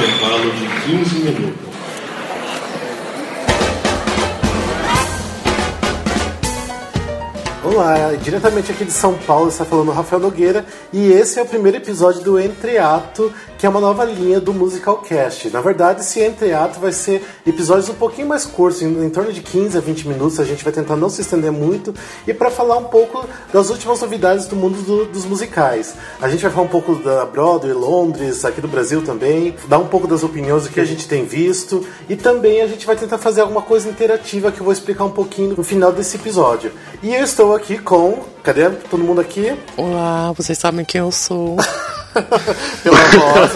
intervalo de 15 minutos. Olá, diretamente aqui de São Paulo está falando o Rafael Nogueira e esse é o primeiro episódio do Entreato, que é uma nova linha do Musicalcast. Na verdade, esse Entreato vai ser episódios um pouquinho mais curtos, em torno de 15 a 20 minutos, a gente vai tentar não se estender muito e para falar um pouco das últimas novidades do mundo dos musicais. A gente vai falar um pouco da Broadway, Londres, aqui do Brasil também, dar um pouco das opiniões do que a gente tem visto e também a gente vai tentar fazer alguma coisa interativa que eu vou explicar um pouquinho no final desse episódio. E eu estou aqui com... Cadê todo mundo aqui? Olá, vocês sabem quem eu sou. Pela voz,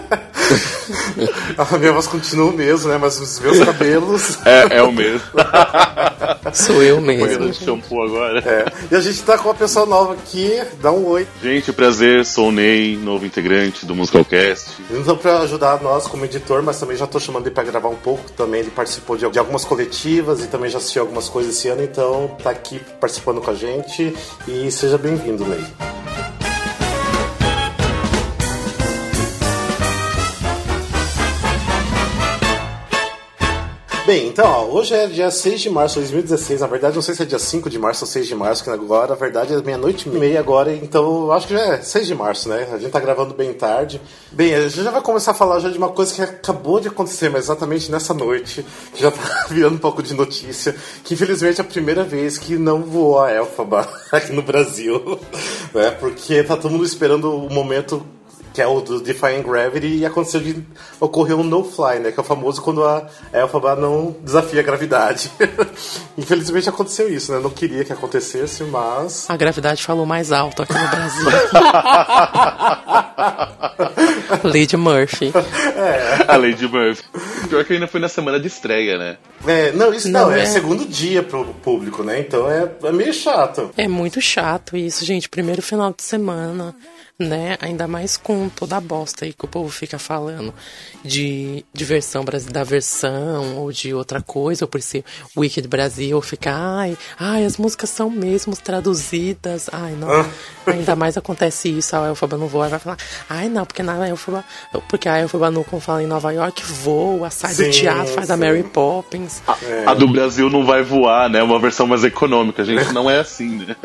A minha voz continua o mesmo, né? Mas os meus cabelos... É o mesmo. Sou eu mesmo. Pagando de shampoo agora. E a gente tá com uma pessoa nova aqui. Dá um oi. Gente, prazer. Sou o Ney, novo integrante do Musicalcast. Não pra ajudar nós como editor, mas também já tô chamando ele pra gravar um pouco também. Ele participou de algumas coletivas e também já assistiu algumas coisas esse ano. Então tá aqui participando com a gente. E seja bem-vindo, Ney. Bem, então, hoje é dia 6 de março de 2016, na verdade não sei se é dia 5 de março ou 6 de março, que agora, na verdade, é meia-noite e meia agora, então eu acho que já é 6 de março, né? A gente tá gravando bem tarde. Bem, a gente já vai começar a falar já de uma coisa que acabou de acontecer, mas exatamente nessa noite, que já tá virando um pouco de notícia, que infelizmente é a primeira vez que não voou a Elphaba aqui no Brasil, né? Porque tá todo mundo esperando o momento... que é o do Defying Gravity, e ocorreu um no-fly, né? Que é o famoso quando a Elphaba não desafia a gravidade. Infelizmente aconteceu isso, né? Eu não queria que acontecesse, mas... A gravidade falou mais alto aqui no Brasil. Lady Murphy. A Lady Murphy. Pior que ainda foi na semana de estreia, né? É segundo dia pro público, né? Então é meio chato. É muito chato isso, gente. Primeiro final de semana... né? Ainda mais com toda a bosta aí que o povo fica falando de versão da versão ou de outra coisa, ou por ser Wicked Brasil, fica ai, as músicas são mesmo traduzidas, não. Ainda mais acontece isso, a Elphaba não voa, vai falar, não, porque a Elphaba não, como fala em Nova York, voa, sai do teatro, faz a Mary Poppins. A do Brasil não vai voar, né? Uma versão mais econômica, gente, não é assim, né?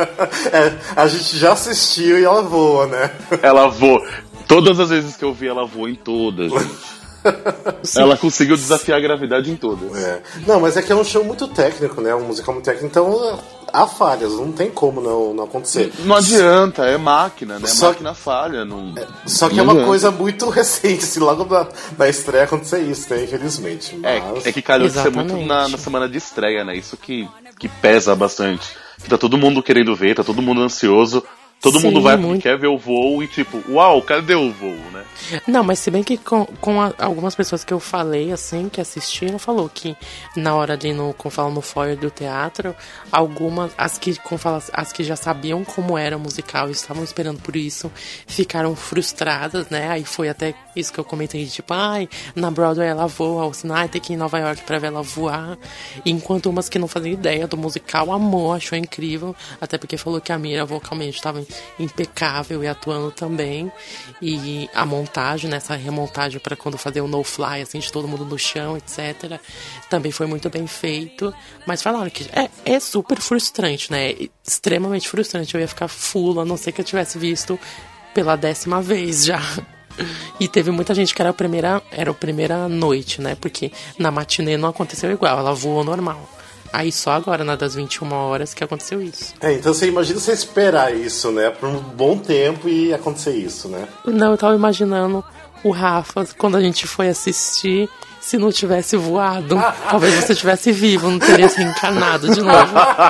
A gente já assistiu e ela voa, né? Ela voa. Todas as vezes que eu vi, ela voa em todas, gente. Ela conseguiu desafiar a gravidade em todas. Não, mas é que é um show muito técnico, né? Um musical muito técnico, então há falhas, não tem como não acontecer. Não adianta, é máquina, né? Máquina falha. Só que é uma coisa muito recente, assim, logo da estreia acontecer isso, né? Infelizmente. Mas... É que calhou de ser muito na semana de estreia, né? Isso que pesa bastante. Tá todo mundo querendo ver, tá todo mundo ansioso. Todo mundo vai porque quer ver o voo e tipo, uau, cadê o voo, né? Não, mas se bem que com algumas pessoas que eu falei, assim, que assistiram, falou que na hora de ir no foyer do teatro, algumas, as que já sabiam como era o musical e estavam esperando por isso, ficaram frustradas, né? Aí foi até isso que eu comentei, tipo, na Broadway ela voa, ou assim, tem que ir em Nova York pra ver ela voar. Enquanto umas que não faziam ideia do musical, amou, achou incrível, até porque falou que a Mira vocalmente estava impecável e atuando também, e a montagem, né, essa remontagem para quando fazer o no-fly, assim, de todo mundo no chão, etc, também foi muito bem feito, mas falaram que é super frustrante, né, extremamente frustrante, eu ia ficar full, a não ser que eu tivesse visto pela 10ª vez já. E teve muita gente que era a primeira noite, né, porque na matinê não aconteceu igual, ela voou normal. Aí só agora, das 21 horas, que aconteceu isso. Então você imagina você esperar isso, né? Por um bom tempo e acontecer isso, né? Não, eu tava imaginando o Rafa, quando a gente foi assistir, se não tivesse voado, talvez você tivesse vivo, não teria se reencarnado de novo.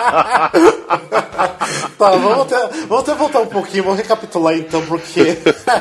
Tá, vamos até voltar um pouquinho, vamos recapitular então, porque...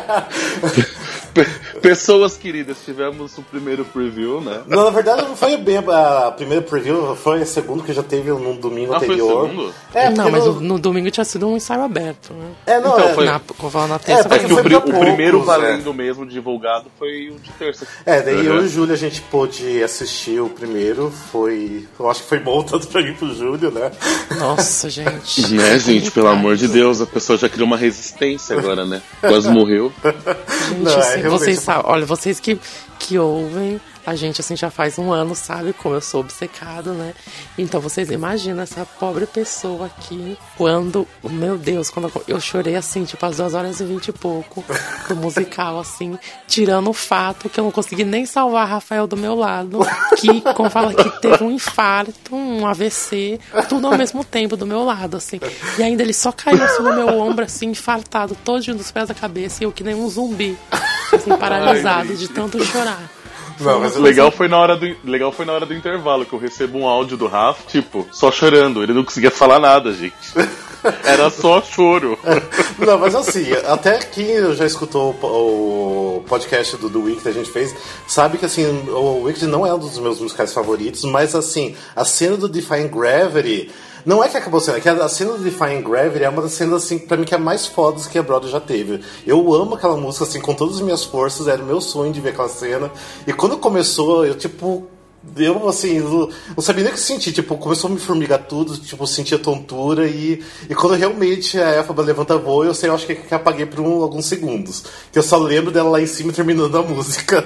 Pessoas queridas, tivemos o primeiro preview, né? Não, na verdade não foi bem a primeira preview, foi a segunda que já teve no domingo anterior. Foi o segundo? Não, mas no domingo tinha sido um ensaio aberto, né? Na terça o primeiro valendo mesmo divulgado foi o de terça. Daí eu e o Júlio a gente pôde assistir o primeiro, eu acho que foi bom tanto pra mim e pro Júlio, né? Nossa, gente. Né, gente, pelo amor de Deus, a pessoa já criou uma resistência agora, né? Quase morreu. Gente, Vocês sabem, olha, vocês que ouvem a gente assim já faz um ano, sabe como eu sou obcecado, né? Então vocês imaginam essa pobre pessoa aqui quando, meu Deus, quando eu chorei assim, tipo às 2h20 e pouco do musical, assim, tirando o fato que eu não consegui nem salvar Rafael do meu lado, que, como fala, que teve um infarto, um AVC, tudo ao mesmo tempo do meu lado, assim. E ainda ele só caiu assim no meu ombro, assim, infartado, todinho dos pés da cabeça, e eu que nem um zumbi, assim, paralisado de tanto chorar. Não, mas legal foi na hora do intervalo, que eu recebo um áudio do Rafa, tipo, só chorando. Ele não conseguia falar nada, gente. Era só choro. Não, mas assim, até quem já escutou o podcast do Wicked que a gente fez, sabe que assim, o Wicked não é um dos meus musicais favoritos, mas assim, a cena do Defying Gravity, não é que acabou sendo, é que a cena do Defying Gravity é uma das cenas, assim, pra mim que é mais fodas que a Broadway já teve. Eu amo aquela música, assim, com todas as minhas forças, era o meu sonho de ver aquela cena. E quando começou, eu, tipo... Eu, assim, não sabia nem o que sentir. Tipo, começou a me formigar tudo, tipo, sentia tontura. E quando realmente a Elphaba levanta voo, eu sei, eu acho que apaguei por alguns segundos. Que eu só lembro dela lá em cima terminando a música.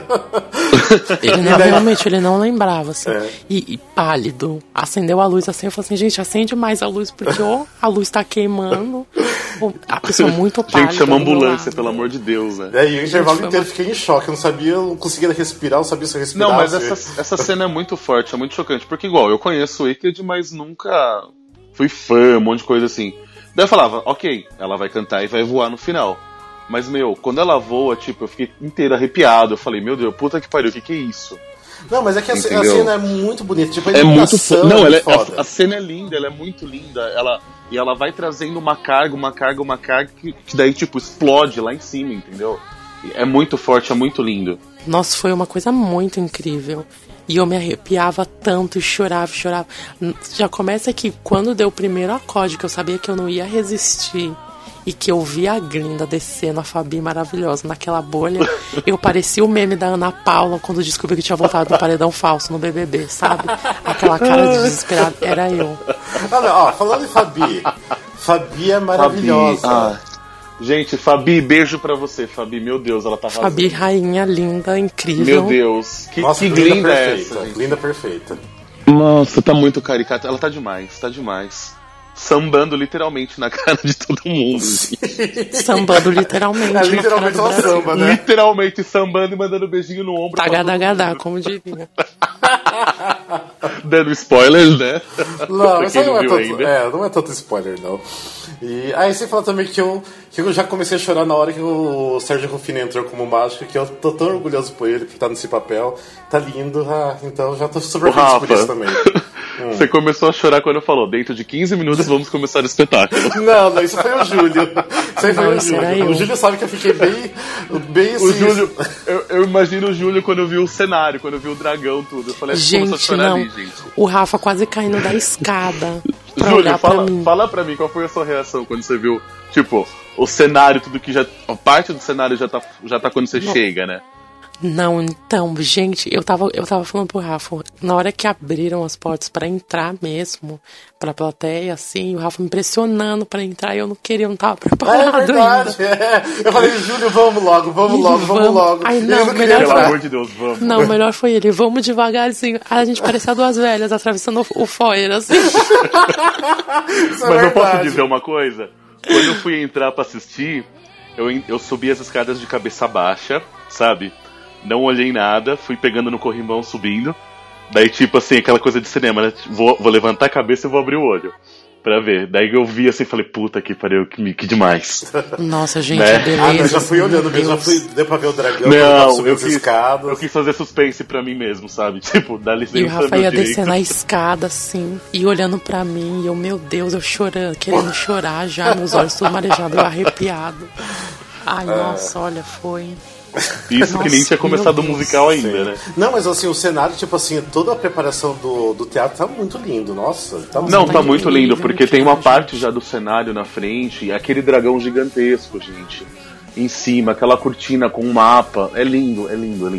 Realmente, ele não lembrava, assim. É. E pálido. Acendeu a luz assim, eu falei assim, gente, acende mais a luz, porque a luz tá queimando. A pessoa muito pálida. Gente, chama ambulância, pelo amor de Deus, né? E o intervalo inteiro eu fiquei em choque. Eu não sabia, eu não conseguia respirar, não sabia se eu respirava. Não, mas essa cena é muito forte, é muito chocante, porque igual, eu conheço o Wicked, mas nunca fui fã, um monte de coisa assim. Daí eu falava, ok, ela vai cantar e vai voar no final. Mas, meu, quando ela voa, tipo, eu fiquei inteiro arrepiado. Eu falei, meu Deus, puta que pariu, o que é isso? Não, mas é que a cena é muito bonita, tipo, é muito não, a cena é linda, ela é muito linda, ela vai trazendo uma carga que daí, tipo, explode lá em cima, entendeu? É muito forte, é muito lindo. Nossa, foi uma coisa muito incrível. E eu me arrepiava tanto e chorava. Já começa que quando deu o primeiro acorde, que eu sabia que eu não ia resistir, e que eu vi a Glinda descendo, a Fabi maravilhosa, naquela bolha, eu parecia o meme da Ana Paula quando descobri que tinha voltado no paredão falso no BBB, sabe? Aquela cara de desesperado, era eu. Olha, ó, falando em Fabi é maravilhosa. Gente, Fabi, beijo pra você, Fabi. Meu Deus, ela tá arrasando. Fabi, rainha linda, incrível. Meu Deus, que linda é essa, gente? Linda perfeita. Nossa, tá muito caricata. Ela tá demais. Sambando literalmente na cara de todo mundo. Sambando literalmente. É literalmente uma samba, né? Literalmente sambando e mandando beijinho no ombro. Tagadá, como diria. Dando spoilers, né? Não, isso não é tanto spoiler, não. E aí você fala também que eu já comecei a chorar na hora que o Sérgio Rufino entrou como mágico, que eu tô tão orgulhoso por ele, por estar nesse papel. Tá lindo, então já tô super feliz por isso também. Você começou a chorar quando falou, dentro de 15 minutos vamos começar o espetáculo. Não, isso foi o Júlio. O Júlio sabe que eu fiquei bem assim. O Júlio, eu imagino o Júlio quando eu vi o cenário, quando eu vi o dragão, tudo. Eu falei, gente, a chorar ali, gente. O Rafa quase caindo da escada. Júlio, fala pra mim, qual foi a sua reação quando você viu, tipo, o cenário, tudo que já. A parte do cenário já tá quando você chega, né? Não, então, gente, eu tava falando pro Rafa, na hora que abriram as portas pra entrar mesmo, pra plateia, assim, o Rafa me pressionando pra entrar e eu não queria, eu não tava preparado é verdade, ainda. Eu falei, Júlio, vamos logo. Ai, não, pelo amor de Deus, vamos. Não, o melhor foi ele, vamos devagar, assim, a gente parecia duas velhas atravessando o foyer, assim. Mas eu posso dizer uma coisa? Quando eu fui entrar pra assistir, eu subi as escadas de cabeça baixa, sabe? Não olhei nada, fui pegando no corrimão, subindo. Daí, tipo assim, aquela coisa de cinema, né? Vou levantar a cabeça e vou abrir o olho pra ver. Daí eu vi assim e falei, puta que pariu, que demais. Nossa, gente, né? Beleza. Eu já fui olhando mesmo, deu pra ver o dragão, eu quis fazer suspense pra mim mesmo, sabe? Tipo, dá licença. E o Rafa ia descendo a escada, assim, e olhando pra mim, e eu, meu Deus, eu chorando, querendo chorar já, meus olhos tudo marejados, eu arrepiado. Ai, nossa, olha, foi... Isso. Nossa, que nem tinha começado o musical ainda, né? Não, mas assim, o cenário, tipo assim, toda a preparação do teatro tá muito lindo, nossa. Tá muito lindo, porque tem uma parte já do cenário na frente, aquele dragão gigantesco, gente, em cima, aquela cortina com um mapa, é lindo.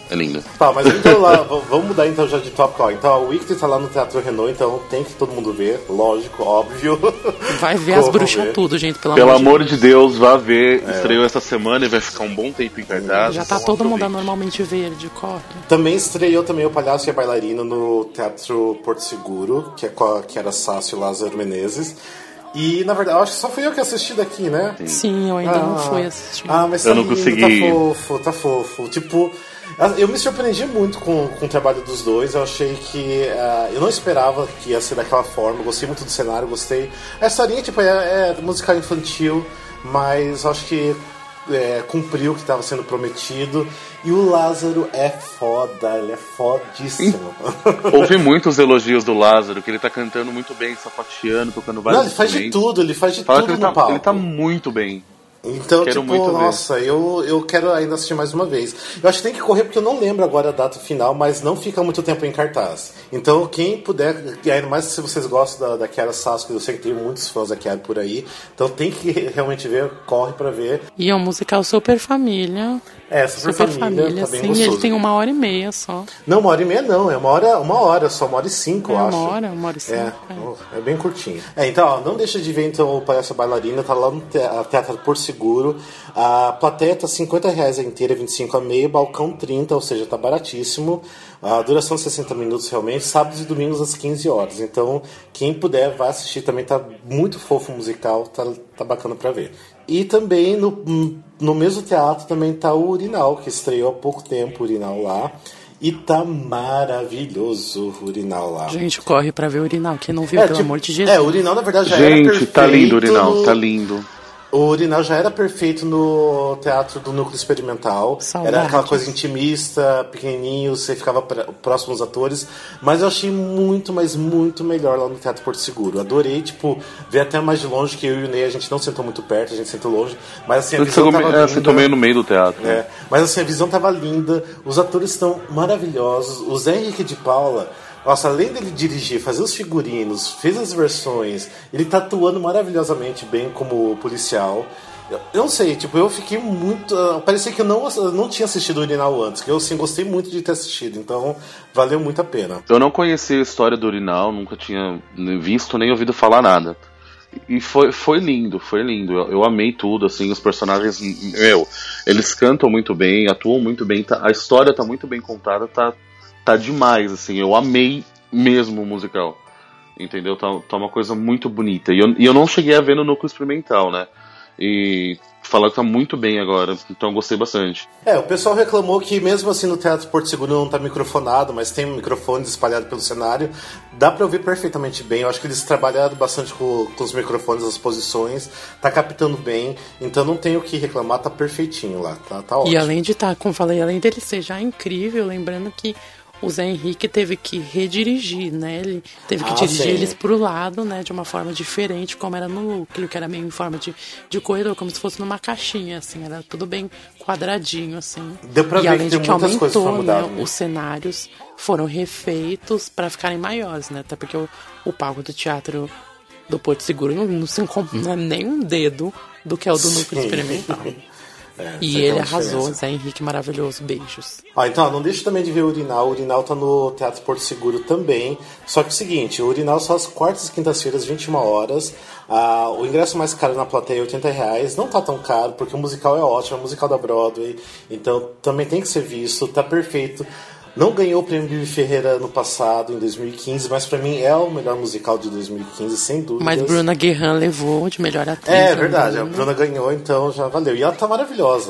É linda. Tá, mas então lá, vamos mudar então já de tópico. Ó. Então a Wicked tá lá no Teatro Renault, então tem que todo mundo ver, lógico, óbvio. Vai ver as bruxas tudo, gente, pelo amor de Deus, vá ver. Estreou essa semana e vai ficar um bom tempo em cartaz. Já tá todo mundo anormalmente verde, corre. Também estreou também o Palhaço e a Bailarina no Teatro Porto Seguro, que era Sácio Lázaro Menezes. E, na verdade, eu acho que só fui eu que assisti daqui, né? Sim, eu ainda não fui assistir. Mas eu não consegui. Tá fofo. Tipo, eu me surpreendi muito com o trabalho dos dois. Eu achei que... eu não esperava que ia ser daquela forma. Eu gostei muito do cenário, gostei... A historinha, tipo, é musical infantil, mas eu acho que cumpriu o que estava sendo prometido. E o Lázaro é foda, ele é fodíssimo. Ouvi muitos elogios do Lázaro, que ele tá cantando muito bem, sapateando, tocando vários instrumentos. Ele faz de tudo no palco. Ele tá muito bem. Então, nossa, eu quero ainda assistir mais uma vez. Eu acho que tem que correr porque eu não lembro agora a data final, mas não fica muito tempo em cartaz. Então, quem puder, e ainda mais se vocês gostam da Chiara Sasco, eu sei que tem muitos fãs da Chiara por aí, então tem que realmente ver, corre pra ver. E é um musical super família. Super família, tá bem sim, gostoso. Ele tem 1h30 só. Não, 1h30 não, é uma hora só, 1h05, eu acho. 1h05. É bem curtinho. Então, ó, não deixa de ver então o Palhaço Bailarina, tá lá no Teatro Porto Seguro. A plateia tá R$50 a inteira, 25 a meia, balcão 30, ou seja, tá baratíssimo. A duração de 60 minutos realmente, sábados e domingos às 15 horas. Então, quem puder, vai assistir também, tá muito fofo o musical, tá bacana pra ver. E também no mesmo teatro também tá o Urinal, que estreou há pouco tempo o Urinal lá. E tá maravilhoso o Urinal lá. Gente, corre pra ver o Urinal, quem não viu, pelo amor de Jesus. O Urinal na verdade já era perfeito. Gente, tá lindo o Urinal, tá lindo. O Urinal já era perfeito no Teatro do Núcleo Experimental. Saudades. Era aquela coisa intimista, pequenininho, você ficava próximo aos atores. Mas eu achei muito, mas muito melhor lá no Teatro Porto Seguro. Adorei, tipo, ver até mais de longe, que eu e o Ney, a gente não sentou muito perto, a gente sentou longe. Mas assim, a visão tava linda. Sentou meio no meio do teatro. Mas assim, a visão tava linda, os atores estão maravilhosos. O Zé Henrique de Paula... Nossa, além dele dirigir, fazer os figurinos, fez as versões, ele tá atuando maravilhosamente bem como policial. Eu não sei, tipo, eu fiquei muito... parecia que eu não tinha assistido o Urinal antes, que eu, assim, gostei muito de ter assistido, então valeu muito a pena. Eu não conhecia a história do Urinal, nunca tinha visto nem ouvido falar nada. E foi lindo, foi lindo. Eu amei tudo, assim, os personagens, eles cantam muito bem, atuam muito bem, a história tá muito bem contada, tá demais, assim, eu amei mesmo o musical, entendeu? Tá uma coisa muito bonita, e eu não cheguei a ver no Núcleo Experimental, né, e falaram que tá muito bem agora, então eu gostei bastante. O pessoal reclamou que mesmo assim no Teatro Porto Seguro não tá microfonado, mas tem microfones espalhados pelo cenário, dá pra ouvir perfeitamente bem. Eu acho que eles trabalharam bastante com os microfones, as posições, tá captando bem, então não tem o que reclamar, tá perfeitinho lá, tá ótimo. E além de como falei, além dele ser já incrível, lembrando que o Zé Henrique teve que redirigir, né? Ele teve que dirigir eles pro lado, né? De uma forma diferente, como era no núcleo, que era meio em forma de corredor, como se fosse numa caixinha, assim. Era tudo bem quadradinho, assim. Deu pra ver além que de que muitas coisas foram aumentou, mudadas, né? Os cenários foram refeitos para ficarem maiores, né? Até porque o palco do Teatro do Porto Seguro não é nem um dedo do que é o do núcleo experimental. E ele arrasou, Zé Henrique maravilhoso, beijos. Então, não deixe também de ver o Urinal. O Urinal tá no Teatro Porto Seguro também. Só que é o seguinte, o Urinal só às quartas e quintas-feiras, 21 horas. O ingresso mais caro na plateia é R$80. Não tá tão caro, porque o musical é ótimo, é o musical da Broadway. Então, também tem que ser visto, tá perfeito. Não ganhou o prêmio Bibi Ferreira no passado, em 2015, mas pra mim é o melhor musical de 2015, sem dúvida. Mas Bruna Guerrin levou de melhor atriz. É verdade, a Bruna ganhou, então já valeu. E ela tá maravilhosa,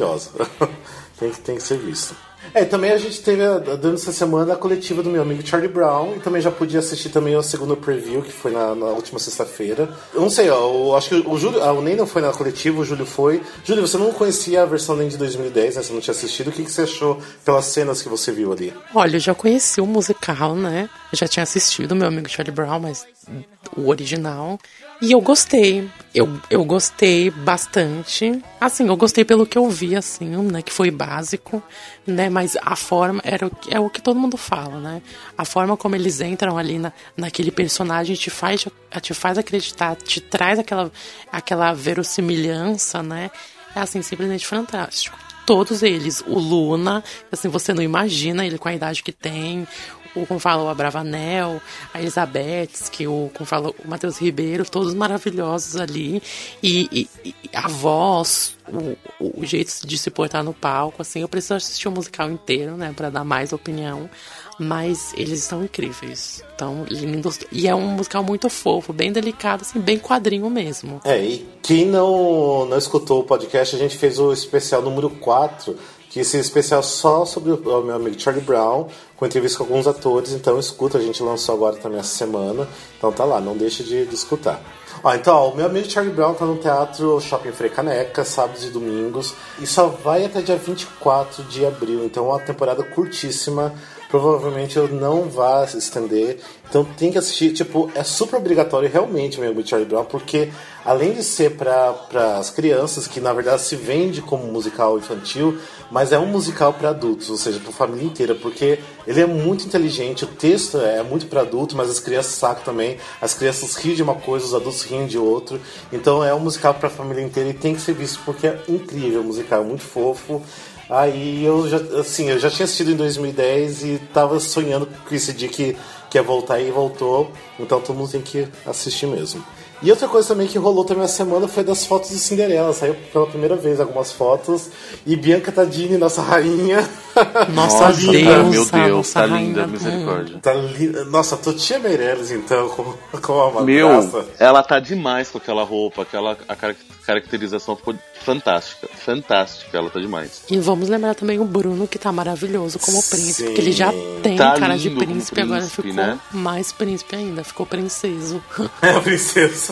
tem que ser visto. Também a gente teve, durante essa semana, a coletiva do meu amigo Charlie Brown, e também já podia assistir também o segundo preview, que foi na última sexta-feira. Eu não sei, eu acho que o Ney não foi na coletiva, o Júlio foi. Júlio, você não conhecia a versão nem de 2010, né? Você não tinha assistido. O que você achou pelas cenas que você viu ali? Olha, eu já conheci o musical, né? Eu já tinha assistido o meu amigo Charlie Brown, mas o original. E eu gostei. Eu gostei bastante. Assim, eu gostei pelo que eu vi, assim, né? Que foi básico, né? Mas a forma é o que todo mundo fala, né? A forma como eles entram ali naquele personagem te faz acreditar, te traz aquela verossimilhança, né? É assim, simplesmente fantástico. todos eles. O Luna, assim, você não imagina ele com a idade que tem. Como fala, o Abravanel, a Elizabeth, como fala, o Matheus Ribeiro, todos maravilhosos ali. E a voz, o jeito de se portar no palco, assim, eu preciso assistir o musical inteiro, né, pra dar mais opinião. Mas eles estão incríveis, estão lindos. E é um musical muito fofo, bem delicado, assim, bem quadrinho mesmo. E quem não escutou o podcast, a gente fez o especial número 4, que esse especial só sobre o meu amigo Charlie Brown, com entrevista com alguns atores, então escuta, a gente lançou agora também essa semana, então tá lá, não deixe de escutar. Então, o meu amigo Charlie Brown tá no Teatro Shopping Frei Caneca, sábados e domingos, e só vai até dia 24 de abril, então é uma temporada curtíssima, provavelmente eu não vá estender, então tem que assistir, tipo, é super obrigatório realmente o meu amigo Charlie Brown, porque além de ser para as crianças, que na verdade se vende como musical infantil, mas é um musical para adultos, ou seja, para a família inteira, porque ele é muito inteligente, o texto é muito para adulto, mas as crianças sacam também, as crianças riem de uma coisa, os adultos riem de outro, então é um musical para a família inteira e tem que ser visto porque é incrível o musical, é muito fofo. Aí eu já tinha assistido em 2010 e tava sonhando com esse dia que ia voltar e voltou, então todo mundo tem que assistir mesmo. E outra coisa também que rolou também essa semana foi das fotos de Cinderela. Saiu pela primeira vez algumas fotos. E Bianca Tadini, nossa rainha. Nossa, meu Deus, tá linda, misericórdia. Tá linda. Nossa, Totia Meirelles, então, com a madrasta. Ela tá demais com aquela roupa, a caracterização ficou fantástica. Fantástica, ela tá demais. E vamos lembrar também o Bruno, que tá maravilhoso como príncipe, porque ele já tem cara de príncipe, agora ficou, né? Mais príncipe ainda, ficou princeso. É, princesa.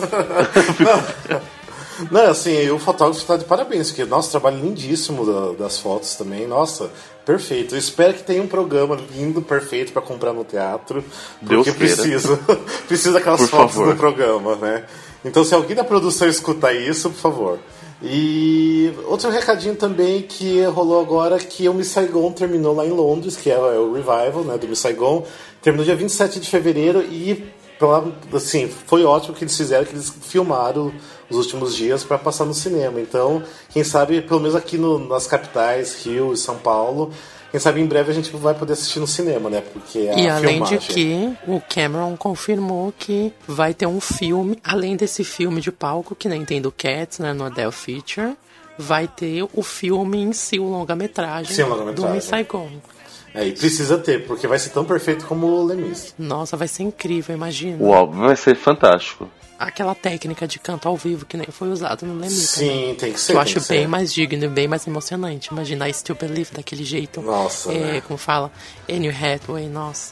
Não, assim, o fotógrafo tá de parabéns, porque nosso trabalho lindíssimo das fotos também, nossa, perfeito. Eu espero que tenha um programa lindo, perfeito pra comprar no teatro, porque preciso daquelas por fotos favor. do programa, né? Então, se alguém da produção escutar isso, por favor. E outro recadinho também que rolou agora, que o Miss Saigon terminou lá em Londres, que é o revival, né, do Miss Saigon, terminou dia 27 de fevereiro e assim, foi ótimo que eles fizeram, que eles filmaram os últimos dias para passar no cinema. Então, quem sabe, pelo menos aqui nas capitais, Rio e São Paulo, quem sabe em breve a gente vai poder assistir no cinema, né? Porque e além de que o Cameron confirmou que vai ter um filme, além desse filme de palco, que nem tem do Cats, né, no Adele Feature, vai ter o filme em si, o longa-metragem do Miss Saigon. E precisa ter, porque vai ser tão perfeito como o Lemis. Nossa, vai ser incrível, imagina. Uau, vai ser fantástico. Aquela técnica de canto ao vivo que nem foi usado no Lemis. Sim, tem que ser. Que eu acho bem mais digno e bem mais emocionante. Imagina I Still Believe daquele jeito. Nossa. Como fala, Anne Hathaway, nossa.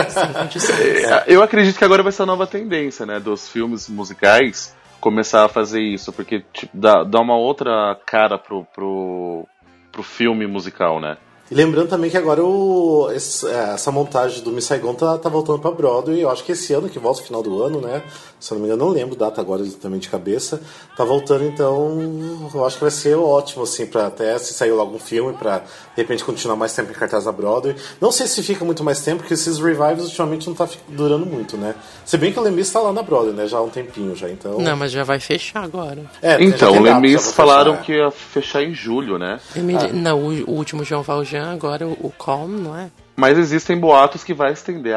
Eu acredito que agora vai ser a nova tendência, né? Dos filmes musicais começar a fazer isso, porque tipo, dá uma outra cara pro filme musical, né? E lembrando também que agora essa montagem do Miss Saigon tá voltando pra Broadway. Eu acho que esse ano, que volta no final do ano, né? Se eu não me engano, não lembro data agora também de cabeça. Tá voltando, então eu acho que vai ser ótimo, assim, pra até se sair logo um filme, pra de repente continuar mais tempo em cartaz na Broadway. Não sei se fica muito mais tempo, porque esses revivals ultimamente não tá durando muito, né? Se bem que o Lemis tá lá na Broadway, né? Já há um tempinho já, então... Não, mas já vai fechar agora. Então, o Lemis falaram que ia fechar em julho, né? Não, o último João Valjean, agora o Calm, não é? Mas existem boatos que vai estender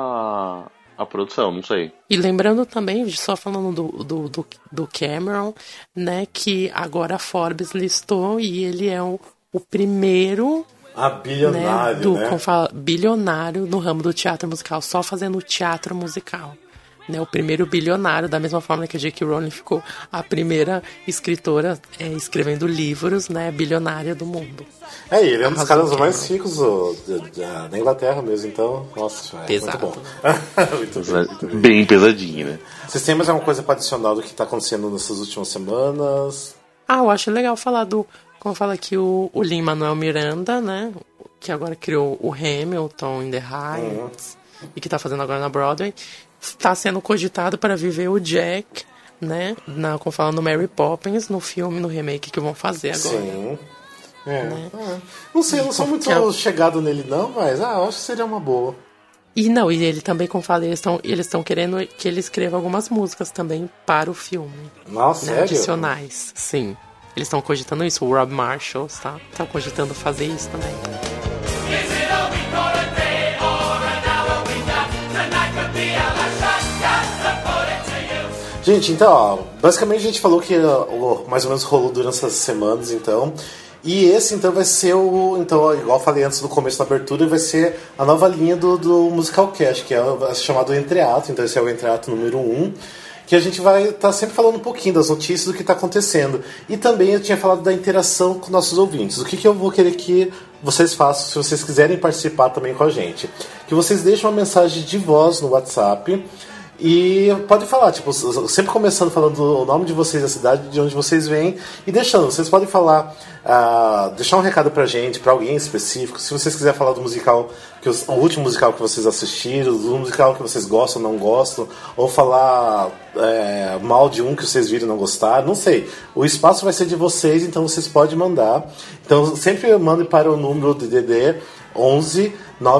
a produção, não sei. E lembrando também, só falando do Cameron, né, que agora a Forbes listou e ele é o primeiro... bilionário, né? Como fala, bilionário no ramo do teatro musical, só fazendo teatro musical. Né, o primeiro bilionário, da mesma forma que a J.K. Rowling ficou a primeira escritora escrevendo livros, né, bilionária do mundo. Ele é um dos caras mais ricos da Inglaterra mesmo, então, nossa, pesado. Muito bom. muito bem pesadinho, né? Vocês têm mais alguma coisa para adicionar do que está acontecendo nessas últimas semanas? Eu acho legal falar como fala aqui o Lin-Manuel Miranda, né, que agora criou o Hamilton in the Heights, e que está fazendo agora na Broadway. Está sendo cogitado para viver o Jack, né? Como fala no Mary Poppins, no filme, no remake que vão fazer agora. Sim. Não sei, eu não sou muito chegado nele não, mas eu acho que seria uma boa. E ele também, como fala, eles estão querendo que ele escreva algumas músicas também para o filme. Nossa, sério? Adicionais, sim. Eles estão cogitando isso, o Rob Marshall tá cogitando fazer isso também. Gente, então, ó, basicamente a gente falou que mais ou menos rolou durante essas semanas, então. E esse, então, vai ser então, igual eu falei antes no começo da abertura, vai ser a nova linha do Musicalcast, que é chamado Entreato. Então esse é o Entreato número 1, que a gente vai estar sempre falando um pouquinho das notícias do que está acontecendo. E também eu tinha falado da interação com nossos ouvintes. O que eu vou querer que vocês façam, se vocês quiserem participar também com a gente. Que vocês deixem uma mensagem de voz no WhatsApp. E pode falar, tipo, sempre começando falando o nome de vocês, a cidade de onde vocês vêm e deixando. Vocês podem falar, deixar um recado pra gente, pra alguém específico. Se vocês quiserem falar do musical, o último musical que vocês assistiram, do musical que vocês gostam ou não gostam, ou falar mal de um que vocês viram e não gostaram, não sei. O espaço vai ser de vocês, então vocês podem mandar. Então sempre mandem para o número de DDD 11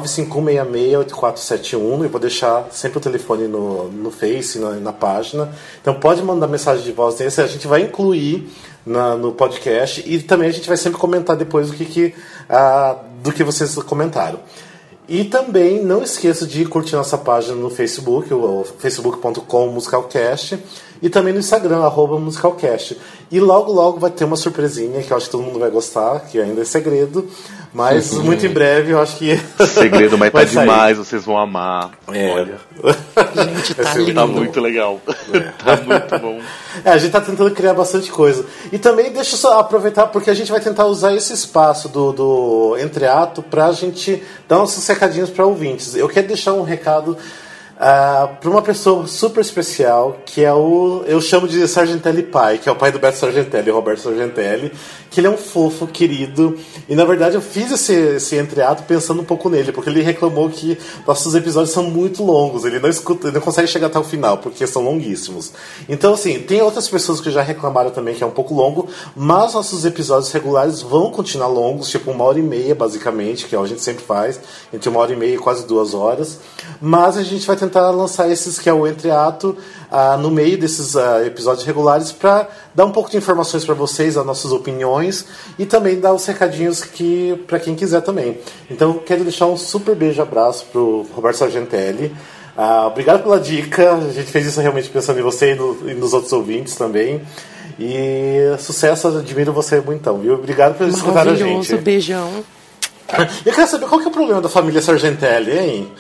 951668471. Eu vou deixar sempre o telefone no Face, na página. Então pode mandar mensagem de voz nesse, a gente vai incluir no podcast e também a gente vai sempre comentar depois do que vocês comentaram. E também não esqueça de curtir nossa página no Facebook, o facebook.com/musicalcast, e também no Instagram, @musicalcast. E logo vai ter uma surpresinha que eu acho que todo mundo vai gostar, que ainda é segredo, mas muito em breve eu acho que... Segredo, mas tá demais, vocês vão amar. Olha. Gente, tá lindo. Tá muito legal. Tá muito bom. A gente tá tentando criar bastante coisa. E também deixa eu só aproveitar, porque a gente vai tentar usar esse espaço do Entreato pra gente dar uns recadinhos para ouvintes. Eu quero deixar um recado para uma pessoa super especial, que é eu chamo de Sargentelli pai, que é o pai do Beto Sargentelli, Roberto Sargentelli, que ele é um fofo, querido, e na verdade eu fiz esse entreato pensando um pouco nele, porque ele reclamou que nossos episódios são muito longos, ele não consegue chegar até o final, porque são longuíssimos. Então assim, tem outras pessoas que já reclamaram também que é um pouco longo, mas nossos episódios regulares vão continuar longos, tipo 1h30 basicamente, que é o que a gente sempre faz, entre 1h30 e quase 2 horas, mas a gente vai tentar lançar esses que é o entreato no meio desses episódios regulares para dar um pouco de informações para vocês, as nossas opiniões e também dar os recadinhos para quem quiser também. Então quero deixar um super beijo, abraço pro Roberto Sargentelli. Obrigado pela dica, a gente fez isso realmente pensando em você e nos outros ouvintes também. E sucesso, admiro você muito, viu? Obrigado por escutar a gente. Beijão. Eu quero saber qual que é o problema da família Sargentelli, hein?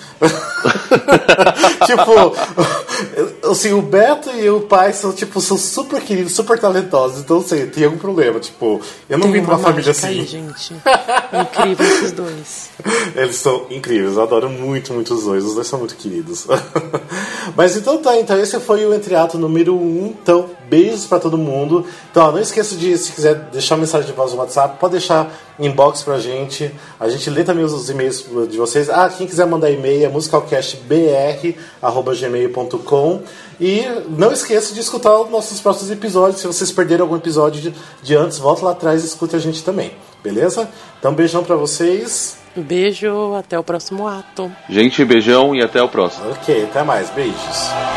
Tipo, assim, o Beto e o pai são super queridos, super talentosos. Então, assim, tem algum problema. Tipo, eu não vim pra uma família assim. Aí, gente. Incrível esses dois. Eles são incríveis, eu adoro muito os dois. Os dois são muito queridos. Mas então tá, esse foi o Entreato número 1. Então, beijos pra todo mundo. Então, não esqueça de, se quiser deixar mensagem de voz no WhatsApp, pode deixar inbox pra gente. A gente lê também os e-mails de vocês. Quem quiser mandar e-mail é musicalcastbr@gmail.com. E não esqueça de escutar os nossos próximos episódios. Se vocês perderam algum episódio de antes, volta lá atrás e escute a gente também. Beleza? Então, beijão pra vocês. Beijo, até o próximo ato. Gente, beijão e até o próximo. Ok, até mais. Beijos.